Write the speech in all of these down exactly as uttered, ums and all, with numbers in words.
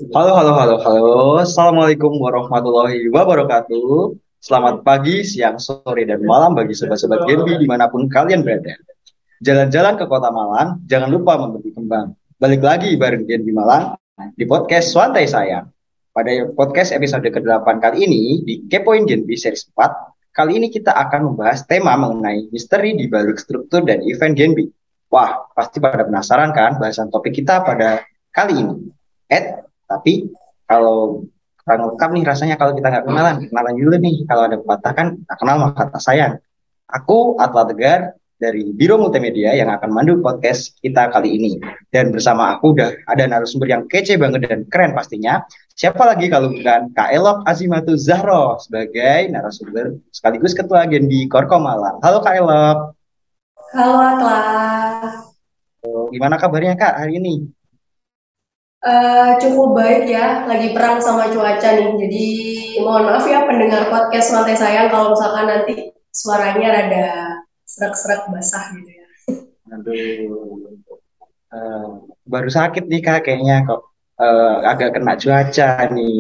Halo, halo, halo, halo. Assalamualaikum warahmatullahi wabarakatuh. Selamat pagi, siang, sore, dan malam bagi sobat-sobat Genbi dimanapun kalian berada. Jalan-jalan ke kota Malang, jangan lupa membeli kembang. Balik lagi bareng Genbi Malang di podcast Swantai Sayang. Pada podcast episode kedelapan kali ini, di Kepoin Genbi series empat, kali ini kita akan membahas tema mengenai misteri di balik struktur dan event Genbi. Wah, pasti pada penasaran kan bahasan topik kita pada kali ini. Ed, tapi kalau kurang lengkap nih rasanya kalau kita nggak kenalan. Kenalan dulu nih, kalau ada pepatah kan, tak kenal maka tak sayang. Aku Atla Tegar dari Biro Multimedia yang akan mandu podcast kita kali ini. Dan bersama aku udah ada narasumber yang kece banget dan keren pastinya. Siapa lagi kalau bukan Kak Elok Azimatu Zahro sebagai narasumber sekaligus Ketua Genbi Korkom Malang. Halo Kak Elok. Halo Atlas. Gimana kabarnya Kak hari ini? Eh, cukup baik ya, lagi perang sama cuaca nih. Jadi mohon maaf ya pendengar podcast Lantai Sayang kalau misalkan nanti suaranya rada serak-serak basah gitu ya. Aduh, eh, baru sakit nih Kak kayaknya kok eh, agak kena cuaca nih.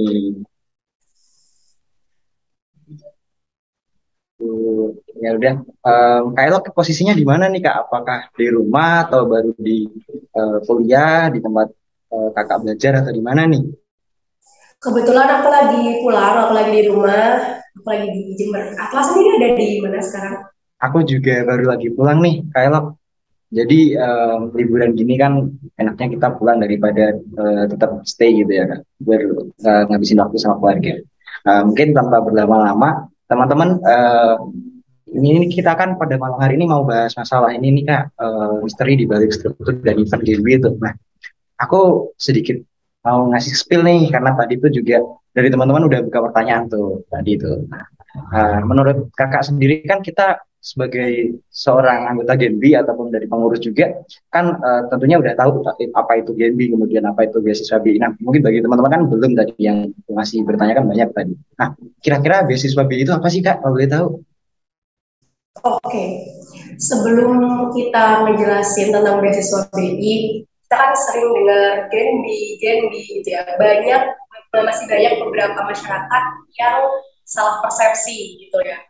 Uh, Ya udah, um, Kak Elok posisinya di mana nih Kak? Apakah di rumah atau baru di eh, kuliah di tempat eh, Kakak belajar atau di mana nih? Kebetulan aku lagi pulang, aku lagi di rumah, aku lagi di Jember. Atlas sendiri ada di mana sekarang? Aku juga baru lagi pulang nih, Kak Elok. Jadi em, liburan gini kan enaknya kita pulang daripada eh, tetap stay gitu ya Kak, biar eh, ngabisin waktu sama keluarga. Eh, mungkin tanpa berlama-lama, teman-teman, eh, ini, ini kita kan pada malam hari ini mau bahas masalah ini nih Kak, eh, misteri di balik struktur dan event game itu. Nah, aku sedikit mau ngasih spill nih karena tadi tuh juga dari teman-teman udah buka pertanyaan tuh tadi itu. Nah, menurut kakak sendiri kan kita sebagai seorang anggota Genbi ataupun dari pengurus juga kan eh, tentunya udah tahu apa itu Genbi kemudian apa itu beasiswa B I. Nah, mungkin bagi teman-teman kan belum tadi yang masih bertanya kan banyak tadi. Nah, kira-kira beasiswa B I itu apa sih Kak? Kalau boleh tahu? Oke, sebelum kita ngejelasin tentang beasiswa B I, kita kan sering dengar Genbi, Genbi gitu ya. Banyak, masih banyak beberapa masyarakat yang salah persepsi gitu ya.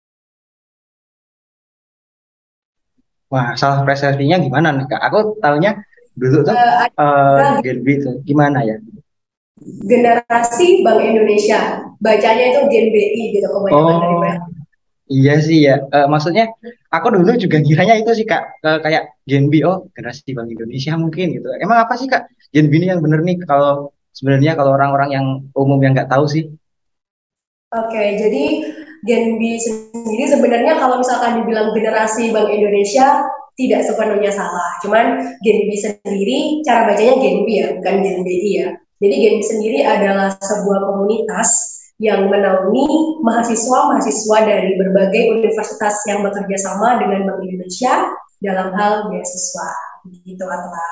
Wah, salah persepsinya gimana nih Kak? Aku tahunya dulu tuh Eh, ada eh juga Genbi itu gimana ya? generasi Bank Indonesia, bacanya itu Gen B I gitu kebanyakan dari Oh, mereka. iya sih ya. Eh, maksudnya aku dulu juga kiranya itu sih Kak, Eh, kayak Genbi, oh generasi Bank Indonesia mungkin gitu. Emang apa sih Kak Genbi ini yang bener nih kalau sebenarnya kalau orang-orang yang umum yang nggak tahu sih? Oke, jadi Gen B sendiri sebenarnya kalau misalkan dibilang generasi Bank Indonesia tidak sepenuhnya salah. Cuman Gen B sendiri cara bacanya Gen B ya, bukan Gen B I ya. Jadi Gen B sendiri adalah sebuah komunitas yang menaungi mahasiswa-mahasiswa dari berbagai universitas yang bekerja sama dengan Bank Indonesia dalam hal beasiswa. Gitu atau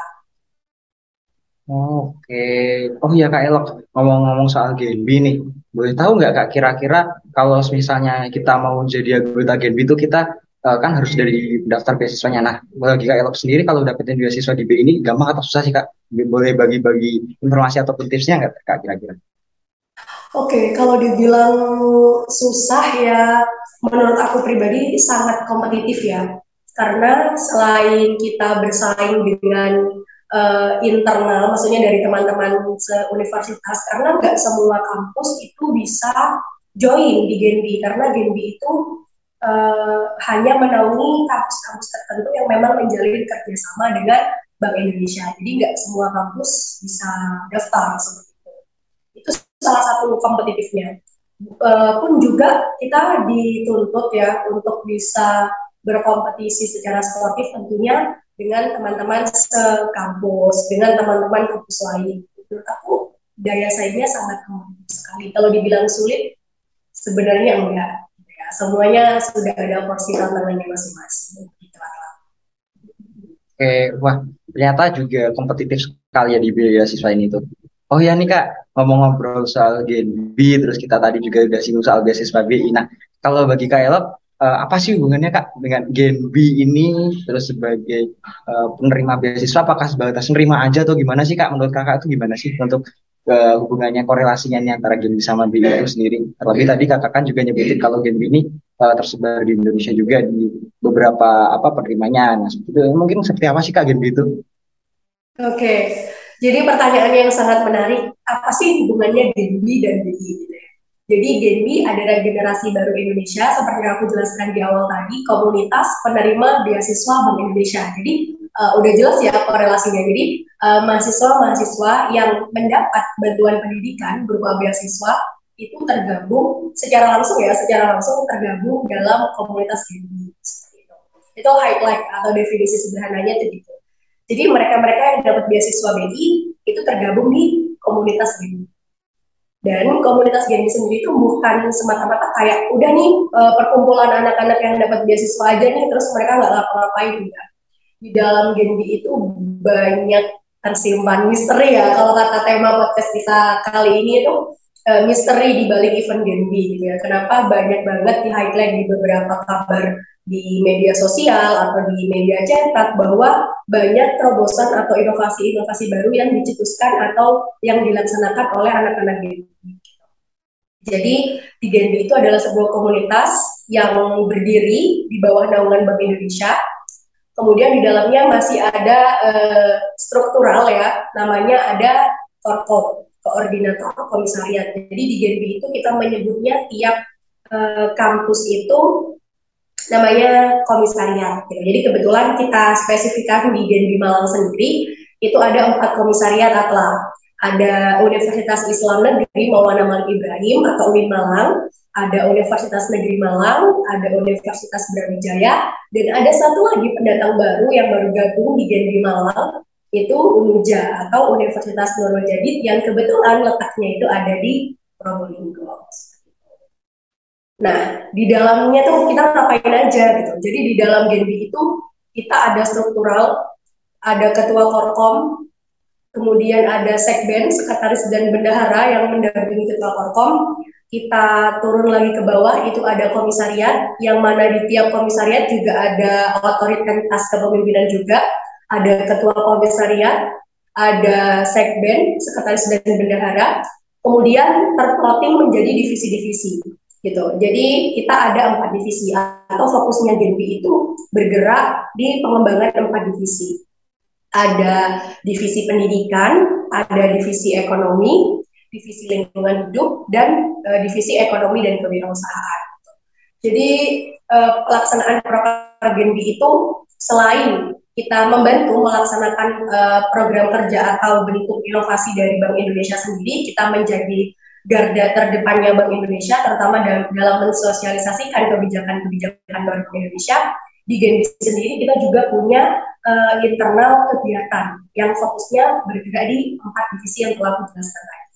Oke, oh iya Kak Elok, ngomong-ngomong soal Genbi nih, boleh tahu nggak Kak kira-kira kalau misalnya kita mau jadi anggota Genbi itu kita eh, kan harus dari daftar beasiswanya. Nah, bagi Kak Elok sendiri kalau dapetin beasiswa di B I ini gampang atau susah sih Kak? Boleh bagi-bagi informasi atau tipsnya nggak Kak kira-kira? Oke, kalau dibilang susah ya, menurut aku pribadi sangat kompetitif ya. Karena selain kita bersaing dengan eh, internal, maksudnya dari teman-teman universitas, karena nggak semua kampus itu bisa join di Genbi, karena Genbi itu eh, hanya menaungi kampus-kampus tertentu yang memang menjalin kerjasama dengan Bank Indonesia. Jadi nggak semua kampus bisa daftar seperti itu. Itu salah satu kompetitifnya. Uh, pun juga kita dituntut ya untuk bisa berkompetisi secara sportif tentunya dengan teman-teman sekampus, dengan teman-teman kampus lain. Menurut aku daya saingnya sangat kompetitif sekali. Kalau dibilang sulit, sebenarnya enggak. Ya, semuanya sudah ada porsi tantangannya masing-masing. Gitu. Oke, wah ternyata juga kompetitif sekali ya di beasiswa ini tuh. Oh ya nih Kak, ngomong ngobrol soal Genbi, terus kita tadi juga udah singgung soal beasiswa B I. Nah, kalau bagi Kak Elok, eh, apa sih hubungannya Kak dengan Genbi ini, terus sebagai eh, penerima beasiswa, apakah sebatas nerima aja atau gimana sih Kak? Menurut Kakak itu gimana sih untuk uh, hubungannya korelasinya nih antara Genbi sama B I itu sendiri. Terlebih tadi kakak kan juga nyebutin kalau Genbi ini uh, tersebar di Indonesia juga di beberapa apa penerimanya. Nah, seperti itu. Mungkin seperti apa sih Kak Genbi itu? Oke, jadi pertanyaan yang sangat menarik, apa sih hubungannya Genbi dan B I gitu ya? Jadi Genbi adalah generasi baru Indonesia, seperti yang aku jelaskan di awal tadi, komunitas penerima beasiswa Bank Indonesia. Jadi uh, udah jelas ya korelasinya. Jadi uh, mahasiswa-mahasiswa yang mendapat bantuan pendidikan berupa beasiswa itu tergabung secara langsung ya, secara langsung tergabung dalam komunitas Genbi. Itu, itu highlight atau definisi sederhananya itu gitu. Jadi mereka-mereka yang dapat beasiswa B I itu tergabung di komunitas Genbi. Dan komunitas Genbi sendiri itu bukan semata-mata kayak udah nih uh, perkumpulan anak-anak yang dapat beasiswa aja nih terus mereka nggak ngapa-ngapain gitu. Di dalam Genbi itu banyak tersimpan misteri ya. Kalau kata tema podcast kita kali ini itu uh, misteri di balik event Genbi gitu ya. Kenapa banyak banget di highlight di beberapa kabar di media sosial atau di media cetak bahwa banyak terobosan atau inovasi-inovasi baru yang dicetuskan atau yang dilaksanakan oleh anak-anak Genbi. Jadi di Genbi itu adalah sebuah komunitas yang berdiri di bawah naungan Bank Indonesia. Kemudian di dalamnya masih ada uh, struktural ya, namanya ada Korkom, koordinator komisariat. Jadi di Genbi itu kita menyebutnya tiap uh, kampus itu namanya komisariat. Gitu. Jadi kebetulan kita spesifikasi di Genbi Malang sendiri itu ada empat komisariat atla. Ada Universitas Islam Negeri Maulana Malik Ibrahim atau U I N Malang, ada Universitas Negeri Malang, ada Universitas Brawijaya, dan ada satu lagi pendatang baru yang baru gabung di Genbi Malang, itu UNUJA atau Universitas Nurul Jadid yang kebetulan letaknya itu ada di Probolinggo. Nah, di dalamnya tuh kita ngapain aja gitu. Jadi di dalam Genbi itu kita ada struktural, ada ketua korkom, kemudian ada sekben, sekretaris dan bendahara yang mendampingi ketua korkom. Kita turun lagi ke bawah, itu ada komisariat, yang mana di tiap komisariat juga ada otoritas kepemimpinan juga, ada ketua komisariat, ada sekben, sekretaris dan bendahara, kemudian terplotting menjadi divisi-divisi. Gitu. Jadi kita ada empat divisi atau fokusnya Genbi itu bergerak di pengembangan empat divisi. Ada divisi pendidikan, ada divisi ekonomi, divisi lingkungan hidup, dan uh, divisi ekonomi dan kewirausahaan. Jadi uh, pelaksanaan program Genbi itu selain kita membantu melaksanakan uh, program kerja atau bentuk inovasi dari Bank Indonesia sendiri, kita menjadi garda terdepannya Bank Indonesia, terutama dalam, dalam mensosialisasikan kebijakan-kebijakan Bank Indonesia. Di Genbi sendiri kita juga punya uh, internal kegiatan yang fokusnya bergerak di empat divisi yang telah aku jelaskan tadi.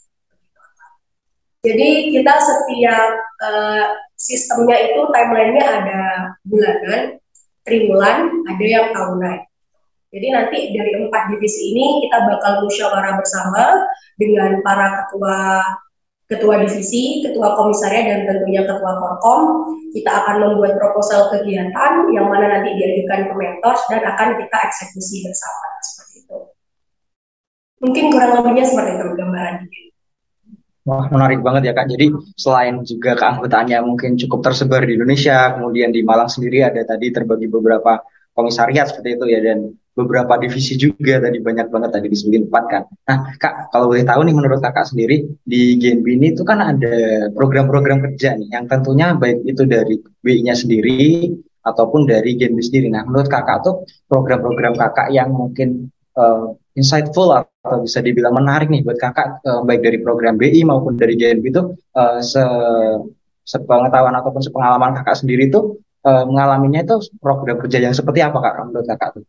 Jadi kita setiap uh, sistemnya itu timelinenya ada bulanan, triwulan, ada yang tahunan. Jadi nanti dari empat divisi ini kita bakal musyawarah bersama dengan para ketua ketua divisi, ketua komisariat, dan tentunya ketua korkom. Kita akan membuat proposal kegiatan yang mana nanti diajukan ke mentors dan akan kita eksekusi bersama seperti itu. Mungkin kurang lebihnya seperti itu gambaran. Wah, menarik banget ya Kak. Jadi selain juga keanggotaannya mungkin cukup tersebar di Indonesia, kemudian di Malang sendiri ada tadi terbagi beberapa komisariat seperti itu ya, dan beberapa divisi juga tadi banyak banget tadi disebutin empat kan. Nah Kak, kalau boleh tahu nih menurut Kakak sendiri di Genbi ini tuh kan ada program-program kerja nih yang tentunya baik itu dari B I-nya sendiri ataupun dari Genbi sendiri. Nah menurut Kakak tuh program-program Kakak yang mungkin uh, insightful atau bisa dibilang menarik nih buat Kakak uh, baik dari program B I maupun dari Genbi itu uh, se sepengetahuan ataupun sepengalaman Kakak sendiri tuh uh, mengalaminya itu program kerja yang seperti apa Kak menurut Kakak tuh?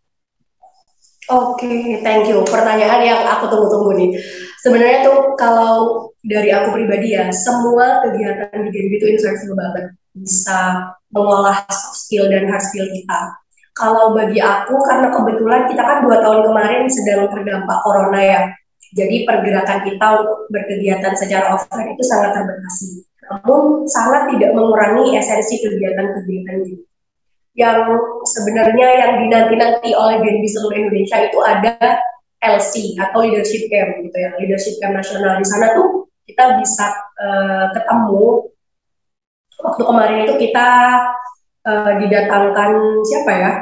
Oke, okay, thank you. Pertanyaan yang aku tunggu-tunggu nih. Sebenarnya tuh kalau dari aku pribadi ya, semua kegiatan di Genbi itu insightful banget. Bisa mengolah soft skill dan hard skill kita. Kalau bagi aku, karena kebetulan kita kan dua tahun kemarin sedang terdampak corona ya. Jadi pergerakan kita untuk berkegiatan secara offline itu sangat terbatasi. Namun sangat tidak mengurangi esensi kegiatan-kegiatan ini. Yang sebenarnya yang dinanti-nanti oleh Genbi seluruh Indonesia itu ada L C atau leadership camp gitu ya, leadership camp nasional. Di sana tuh kita bisa uh, ketemu. Waktu kemarin itu kita uh, didatangkan siapa ya?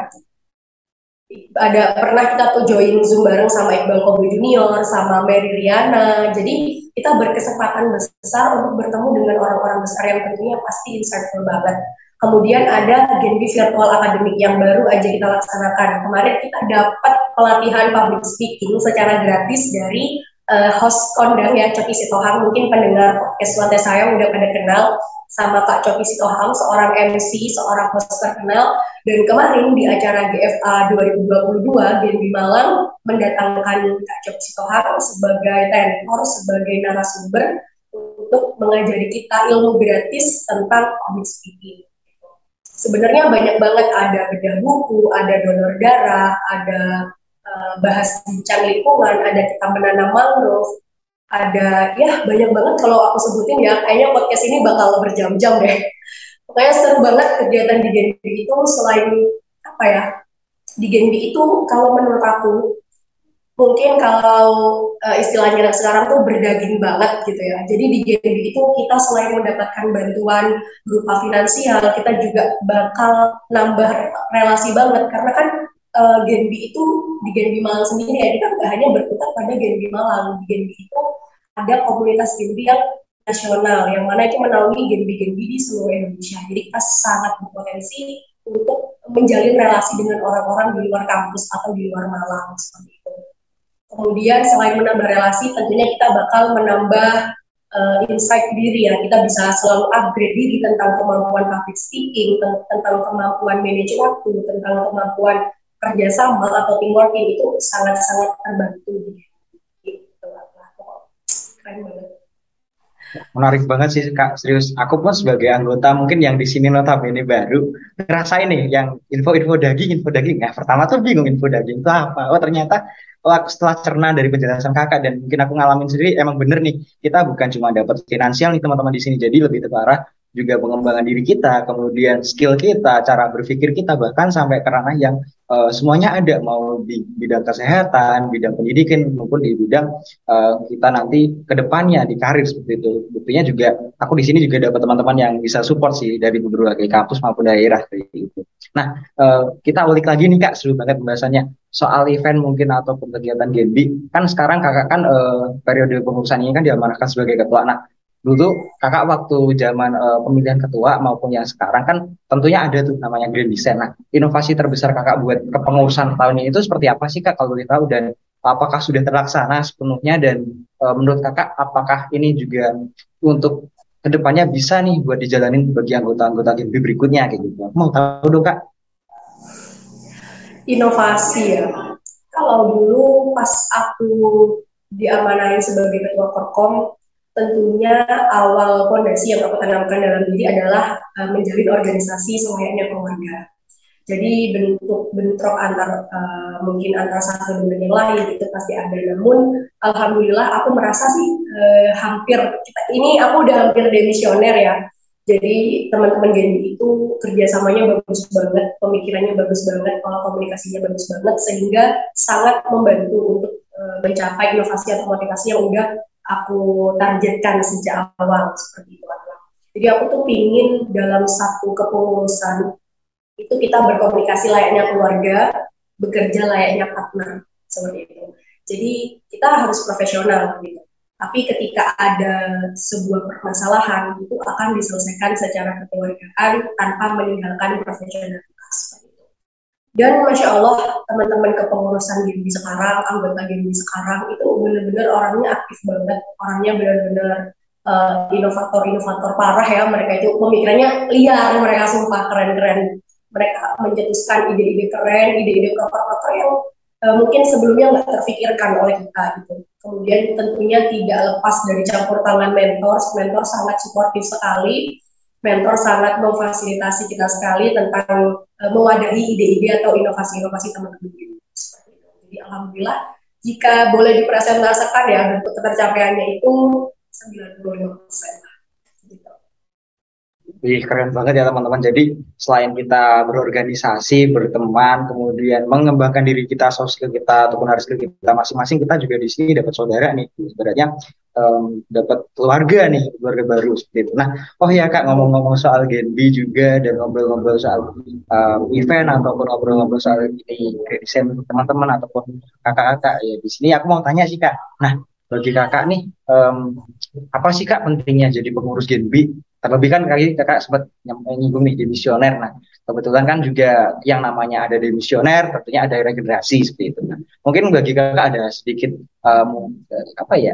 Ada pernah kita tuh join Zoom bareng sama Iqbal Kobo Junior, sama Mary Riana. Jadi kita berkesempatan besar untuk bertemu dengan orang-orang besar yang tentunya pasti insightful banget. Kemudian ada Genbi Virtual Academic yang baru aja kita laksanakan. Kemarin kita dapat pelatihan public speaking secara gratis dari uh, host kondang ya, Coki Sitohang. Mungkin pendengar podcast Suate saya udah pada kenal sama Kak Coki Sitohang, seorang M C, seorang host terkenal. Dan kemarin di acara G F A dua ribu dua puluh dua, Genbi Malang mendatangkan Kak Coki Sitohang sebagai tenor, sebagai narasumber untuk mengajari kita ilmu gratis tentang public speaking. Sebenarnya banyak banget, ada bedah buku, ada donor darah, ada uh, bahas bincang lingkungan, ada kita menanam mangrove, ada ya banyak banget kalau aku sebutin ya, kayaknya podcast ini bakal berjam-jam deh. Pokoknya seru banget kegiatan di Genbi itu. Selain apa ya, di Genbi itu kalau menurut aku mungkin kalau uh, istilahnya sekarang tuh berdaging banget gitu ya. Jadi di Genbi itu kita selain mendapatkan bantuan berupa finansial, kita juga bakal nambah relasi banget. Karena kan uh, Genbi itu, di Genbi Malang sendiri ya, kita nggak hanya berputar pada Genbi Malang. Di Genbi itu ada komunitas Genbi yang nasional, yang mana itu menaungi Genbi-Genbi di seluruh Indonesia. Jadi kita sangat berpotensi untuk menjalin relasi dengan orang-orang di luar kampus atau di luar Malang, seperti itu. Kemudian selain menambah relasi, tentunya kita bakal menambah uh, insight diri ya. Kita bisa selalu upgrade diri tentang kemampuan public speaking, tentang kemampuan manage waktu, tentang kemampuan kerjasama atau teamwork, itu sangat-sangat terbantu. Gitu lah. Keren banget. Menarik banget sih Kak, serius. Aku pun sebagai anggota mungkin yang di sini notabene baru ngerasain nih yang info-info daging, info daging. Nah, pertama tuh bingung info daging itu apa. Oh, ternyata oh, aku setelah cerna dari penjelasan Kakak dan mungkin aku ngalamin sendiri, emang bener nih, kita bukan cuma dapat finansial nih teman-teman di sini. Jadi lebih terarah juga pengembangan diri kita, kemudian skill kita, cara berpikir kita, bahkan sampai ke ranah yang uh, semuanya ada, mau di bidang kesehatan, bidang pendidikan, maupun di bidang uh, kita nanti ke depannya di karir seperti itu. Buktinya juga aku di sini juga dapat teman-teman yang bisa support sih dari berbagai kampus maupun daerah kayak gitu. Nah, uh, kita ulik lagi nih Kak, seru banget pembahasannya soal event mungkin ataupun kegiatan Genbi. Kan sekarang Kakak kan uh, periode pengurusan ini kan diamanahkan sebagai ketua. Nah, dulu Kakak waktu zaman uh, pemilihan ketua maupun yang sekarang kan tentunya ada tuh namanya Grand Design. Nah, inovasi terbesar Kakak buat kepengurusan tahun ini itu seperti apa sih Kak kalau boleh tahu, dan apakah sudah terlaksana sepenuhnya, dan e, menurut Kakak apakah ini juga untuk kedepannya bisa nih buat dijalanin bagi anggota-anggota Genbi berikutnya kayak gitu. Aku mau tahu dong Kak. Inovasi ya. Kalau dulu pas aku diamanahin sebagai ketua Korkom, tentunya awal fondasi yang aku tanamkan dalam diri adalah uh, menjalin organisasi selayaknya keluarga. Jadi bentuk bentrok antar uh, mungkin antar satu dengan yang lain itu pasti ada. Namun alhamdulillah aku merasa sih uh, hampir kita ini aku udah hampir demisioner ya. Jadi teman-teman Genbi itu kerjasamanya bagus banget, pemikirannya bagus banget, pola komunikasinya bagus banget, sehingga sangat membantu untuk uh, mencapai inovasi atau motivasi yang udah aku targetkan sejak awal seperti itu. Jadi aku tuh pingin dalam satu kepengurusan itu kita berkomunikasi layaknya keluarga, bekerja layaknya partner, seperti itu. Jadi kita harus profesional gitu. Tapi ketika ada sebuah permasalahan, itu akan diselesaikan secara kekeluargaan tanpa meninggalkan profesionalitas. Dan Masya Allah, teman-teman kepengurusan Genbi sekarang, anggota Genbi sekarang, itu benar-benar orangnya aktif banget, orangnya benar-benar uh, inovator-inovator parah ya, mereka itu pemikirannya liar, mereka sumpah keren-keren. Mereka mencetuskan ide-ide keren, ide-ide proker-proker yang uh, mungkin sebelumnya nggak terfikirkan oleh kita gitu. Kemudian tentunya tidak lepas dari campur tangan mentor, mentor sangat suportif sekali, mentor sangat memfasilitasi kita sekali tentang uh, mewadahi ide-ide atau inovasi-inovasi teman-teman ini. Jadi alhamdulillah, jika boleh dipresentasikan ya bentuk ketercapaiannya itu sembilan puluh lima persen. Wih, keren banget ya teman-teman. Jadi selain kita berorganisasi, berteman, kemudian mengembangkan diri kita, soft skill kita ataupun hard skill kita masing-masing, kita juga di sini dapat saudara nih. Sebenarnya em, dapat keluarga nih, keluarga baru seperti itu. Nah, oh ya Kak, ngomong-ngomong soal Genbi juga dan ngobrol-ngobrol soal em, event ataupun ngobrol-ngobrol soal ini desain teman-teman ataupun kakak-kakak ya di sini aku mau tanya sih Kak. Nah, bagi kakak nih, em, apa sih Kak pentingnya jadi pengurus Genbi? Terlebih kan kali kakak sempat nyinggung nih demisioner. Nah, kebetulan kan juga yang namanya ada demisioner, tentunya ada regenerasi seperti itu. Nah, mungkin bagi kakak ada sedikit um, apa ya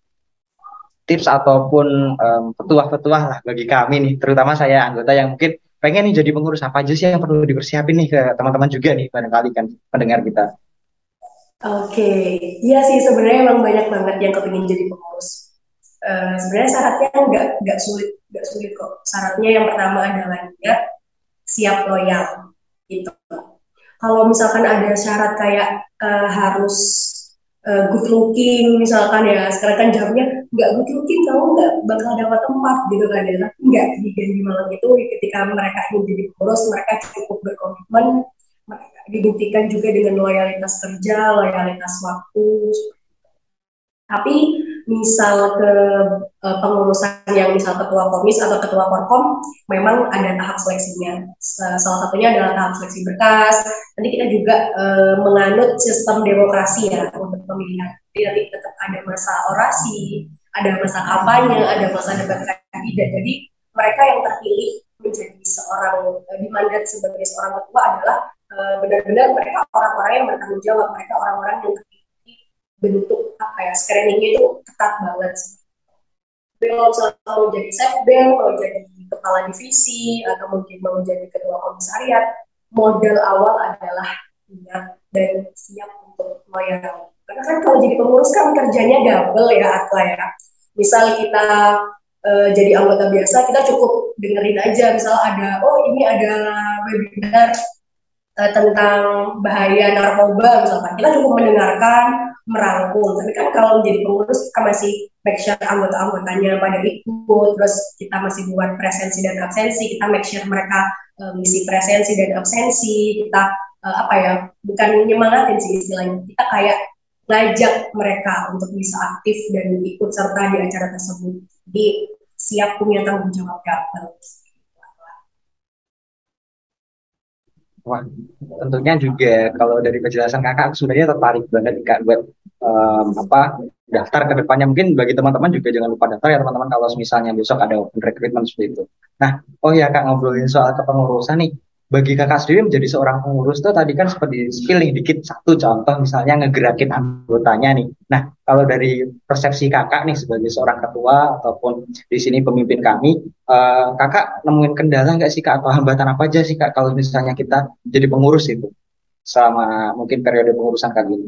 tips ataupun um, petuah-petuah lah bagi kami nih, terutama saya anggota yang mungkin pengen nih jadi pengurus apa aja sih yang perlu dipersiapin nih ke teman-teman juga nih barangkali kan pendengar kita. Oke, iya sih sebenarnya emang banyak banget yang kepingin jadi pengurus. Eh, sebenarnya syaratnya nggak nggak sulit nggak sulit kok. Syaratnya yang pertama adalah niat, siap loyal gitu. Kalau misalkan ada syarat kayak eh, harus eh, good looking misalkan ya, sekarang kan jawabnya nggak good looking kamu nggak bakal dapat tempat gitu kan ya. Tapi nggak di Genbi Malang itu ketika mereka ingin jadi pengurus mereka cukup berkomitmen, mereka dibuktikan juga dengan loyalitas kerja, loyalitas waktu. Tapi misal ke uh, pengurusan yang misal ketua komis atau ketua korkom, memang ada tahap seleksinya. Salah satunya adalah tahap seleksi berkas. Nanti kita juga uh, menganut sistem demokrasi ya untuk pemilihan. Jadi nanti tetap ada masa orasi, ada masa kampanye, ada masa debat kandidat. Jadi mereka yang terpilih menjadi seorang uh, dimandat sebagai seorang ketua adalah uh, benar-benar mereka orang-orang yang bertanggung jawab, mereka orang-orang yang bentuk apa ya screeningnya itu ketat banget sih. Kalau misalnya mau jadi sekbel, mau jadi kepala divisi, atau mungkin mau jadi ketua komisariat, modal awal adalah niat dan siap untuk loyal. Karena kan kalau jadi pengurus kan kerjanya double ya, Atla ya. Misal kita uh, jadi anggota biasa, kita cukup dengerin aja. Misal ada, oh ini ada webinar uh, tentang bahaya narkoba misalkan, kita cukup mendengarkan, merangkul. Tapi kan kalau menjadi pengurus kita masih make sure anggota-anggotanya pada ikut, terus kita masih buat presensi dan absensi, kita make sure mereka uh, ngisi presensi dan absensi, kita uh, apa ya, bukan nyemangatin sih istilahnya, kita kayak ngajak mereka untuk bisa aktif dan ikut serta di acara tersebut. Jadi siap punya tanggung jawab double. Wah, tentunya juga kalau dari penjelasan kakak aku sebenarnya tertarik banget kak buat em, apa daftar ke depannya. Mungkin bagi teman-teman juga jangan lupa daftar ya teman-teman kalau misalnya besok ada open recruitment seperti itu. Nah, oh ya kak ngobrolin soal kepengurusan nih. Bagi kakak sendiri menjadi seorang pengurus tuh tadi kan seperti spilling dikit satu contoh misalnya ngegerakin anggotanya nih. Nah, kalau dari persepsi kakak nih sebagai seorang ketua ataupun di sini pemimpin kami, eh, kakak nemuin kendala nggak sih kak atau hambatan apa aja sih kak kalau misalnya kita jadi pengurus itu selama mungkin periode pengurusan kali ini?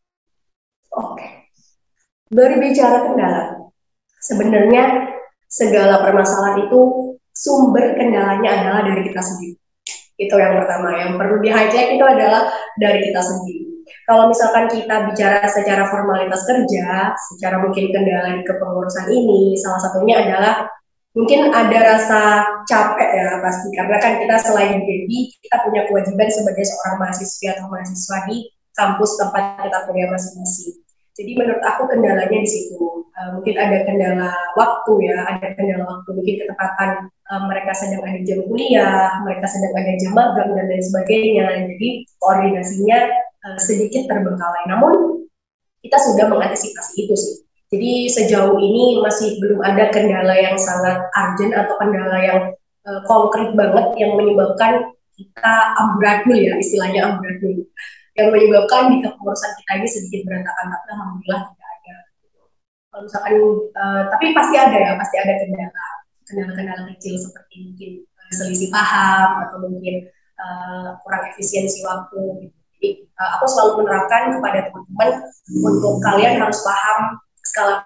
Oke, berbicara kendala, sebenarnya segala permasalahan itu sumber kendalanya adalah dari kita sendiri. Itu yang pertama, yang perlu di highlight itu adalah dari kita sendiri. Kalau misalkan kita bicara secara formalitas kerja, secara mungkin kendala di kepengurusan ini, salah satunya adalah mungkin ada rasa capek ya pasti, karena kan kita selain jadi kita punya kewajiban sebagai seorang mahasiswa atau mahasiswa di kampus tempat kita kuliah masing-masing. Jadi menurut aku kendalanya di situ. Uh, mungkin ada kendala waktu ya, ada kendala waktu, mungkin ketepatan uh, mereka sedang ada jam kuliah, mereka sedang ada jam magang dan lain sebagainya. Jadi koordinasinya uh, sedikit terbengkalai. Namun kita sudah mengantisipasi itu sih. Jadi sejauh ini masih belum ada kendala yang sangat urgent atau kendala yang uh, konkret banget yang menyebabkan kita amburadul ya, istilahnya amburadul, yang menyebabkan di kepengurusan kita ini sedikit berantakan. Tapi alhamdulillah tidak ada. Kalau misalkan, uh, tapi pasti ada ya, pasti ada kendala, kendala-kendala kecil seperti mungkin uh, selisih paham atau mungkin uh, kurang efisiensi waktu. Gitu. Jadi uh, aku selalu menerapkan kepada teman-teman untuk kalian harus paham skala.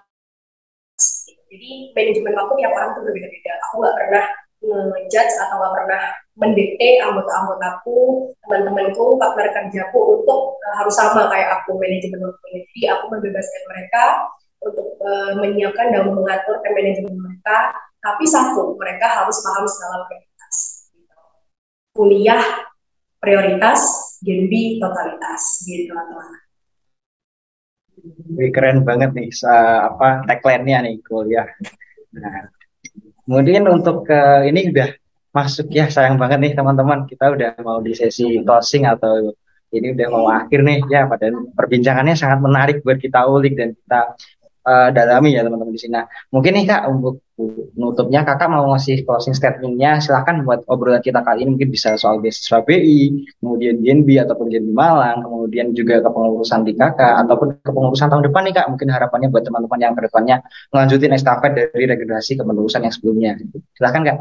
Jadi manajemen waktu tiap orang tuh berbeda-beda. Aku nggak pernah ngejudge atau nggak pernah mendikte anggota-anggotaku, teman-temanku, partner kerjaku untuk uh, harus sama kayak aku manajemen waktunya. Jadi aku membebaskan mereka untuk uh, menyiapkan dan mengatur manajemen mereka Tapi satu, mereka harus paham skala prioritas. Kuliah prioritas, Gen B totalitas, gitu teman-teman. Wih, keren banget nih sa- apa tagline-nya nih kuliah. Nah, kemudian untuk ke ini udah masuk ya, sayang banget nih teman-teman, kita udah mau di sesi closing atau ini udah mau akhir nih ya. Padahal perbincangannya sangat menarik buat kita ulik dan kita eh, dalami ya teman-teman di sini. Nah, mungkin nih Kak untuk nutupnya Kakak mau ngasih closing statementnya, silahkan buat obrolan kita kali ini mungkin bisa soal beasiswa B I, kemudian Gen B ataupun Gen B Malang, kemudian juga kepengurusan di Kakak ataupun kepengurusan tahun depan nih Kak. Mungkin harapannya buat teman-teman yang kedepannya melanjutin estafet dari regenerasi kepengurusan yang sebelumnya. Silahkan Kak.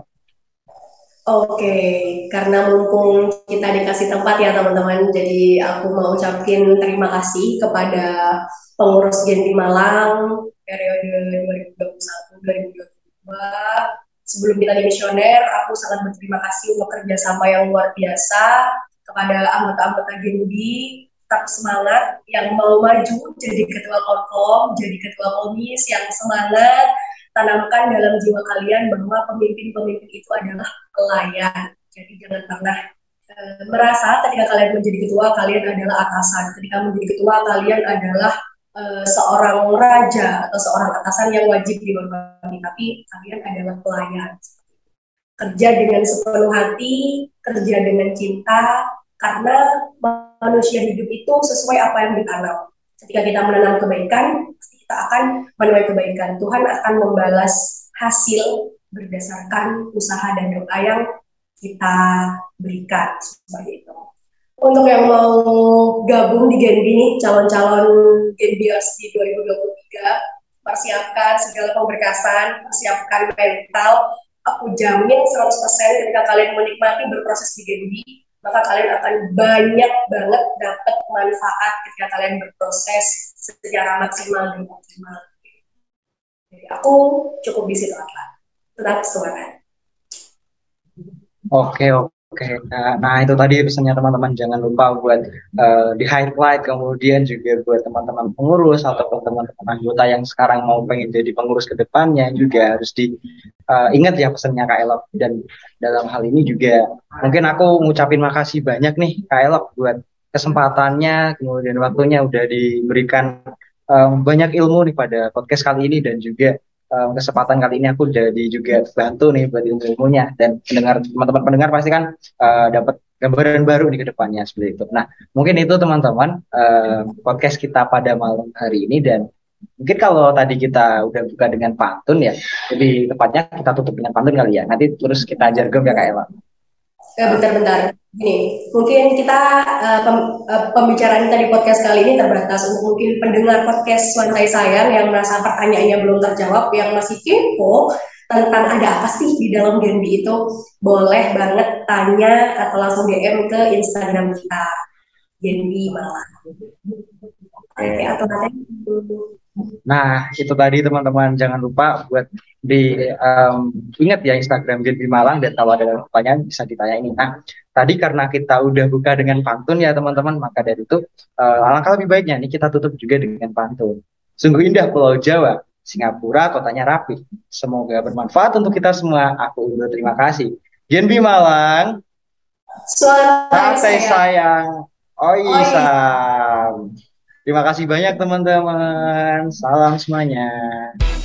Oke, karena mumpung kita dikasih tempat ya teman-teman, jadi aku mau ucapin terima kasih kepada pengurus Gen B Malang periode dua ribu dua puluh satu dua ribu dua puluh dua. Sebelum kita dimisioner, aku sangat berterima kasih untuk kerjasama yang luar biasa kepada anggota-anggota Gen B. Tetap semangat, yang mau maju jadi ketua korkom, jadi ketua komis, yang semangat, tanamkan dalam jiwa kalian bahwa pemimpin-pemimpin itu adalah pelayan. Jadi jangan pernah e, merasa ketika kalian menjadi ketua kalian adalah atasan. Ketika menjadi ketua kalian adalah e, seorang raja atau seorang atasan yang wajib dihormati, tapi kalian adalah pelayan. Kerja dengan sepenuh hati, kerja dengan cinta, karena manusia hidup itu sesuai apa yang ditanam. Ketika kita menanam kebaikan, kita akan menuai kebaikan. Tuhan akan membalas hasil berdasarkan usaha dan doa yang kita berikan, seperti itu. Untuk yang mau gabung di Gen B nih, calon-calon Gen Bios di dua ribu dua puluh tiga, persiapkan segala pemberkasan, persiapkan mental. Aku jamin seratus persen ketika kalian menikmati berproses di Gen B, maka kalian akan banyak banget dapat manfaat ketika kalian berproses secara maksimal dan optimal. Jadi aku cukup di situ aja. Tetap semangat. Oke, oke. Nah, nah, itu tadi pesannya teman-teman, jangan lupa buat eh, di highlight, kemudian juga buat teman-teman pengurus ataupun teman-teman anggota yang sekarang mau pengen jadi pengurus ke depannya juga harus diingat ya pesannya Kak Elok. Dan dalam hal ini juga mungkin aku ngucapin makasih banyak nih Kak Elok buat kesempatannya, kemudian waktunya udah diberikan eh, banyak ilmu nih pada podcast kali ini dan juga um, kesempatan kali ini aku jadi juga bantu nih buat ilmu-ilmunya dan pendengar teman-teman pendengar pasti kan uh, dapat gambaran baru nih ke depannya seperti itu. Nah, mungkin itu teman-teman uh, podcast kita pada malam hari ini dan mungkin kalau tadi kita udah buka dengan pantun ya, jadi tepatnya kita tutup dengan pantun kali ya. Nanti terus kita jargem ya Kak Ella. Eh, bentar-bentar. Gini, mungkin kita uh, pem, uh, pembicaraan kita di podcast kali ini terbatas untuk mungkin pendengar podcast Wantai Sayang yang merasa pertanyaannya belum terjawab, yang masih kepo tentang ada apa sih di dalam Gen B itu, boleh banget tanya atau langsung D M ke Instagram kita, Gen B Malang. Oke, atau nanti. Nah, itu tadi teman-teman, jangan lupa buat di um, ingat ya Instagram Gen B Malang dan kalau ada pertanyaan bisa ditanya ini. Nah, tadi karena kita udah buka dengan pantun ya teman-teman, maka dari itu uh, alangkah lebih baiknya nih kita tutup juga dengan pantun. Sungguh indah Pulau Jawa, Singapura kotanya rapi. Semoga bermanfaat untuk kita semua. Aku udah terima kasih. Gen B Malang, santai sayang. Oi Sam. Terima kasih banyak teman-teman. Salam semuanya.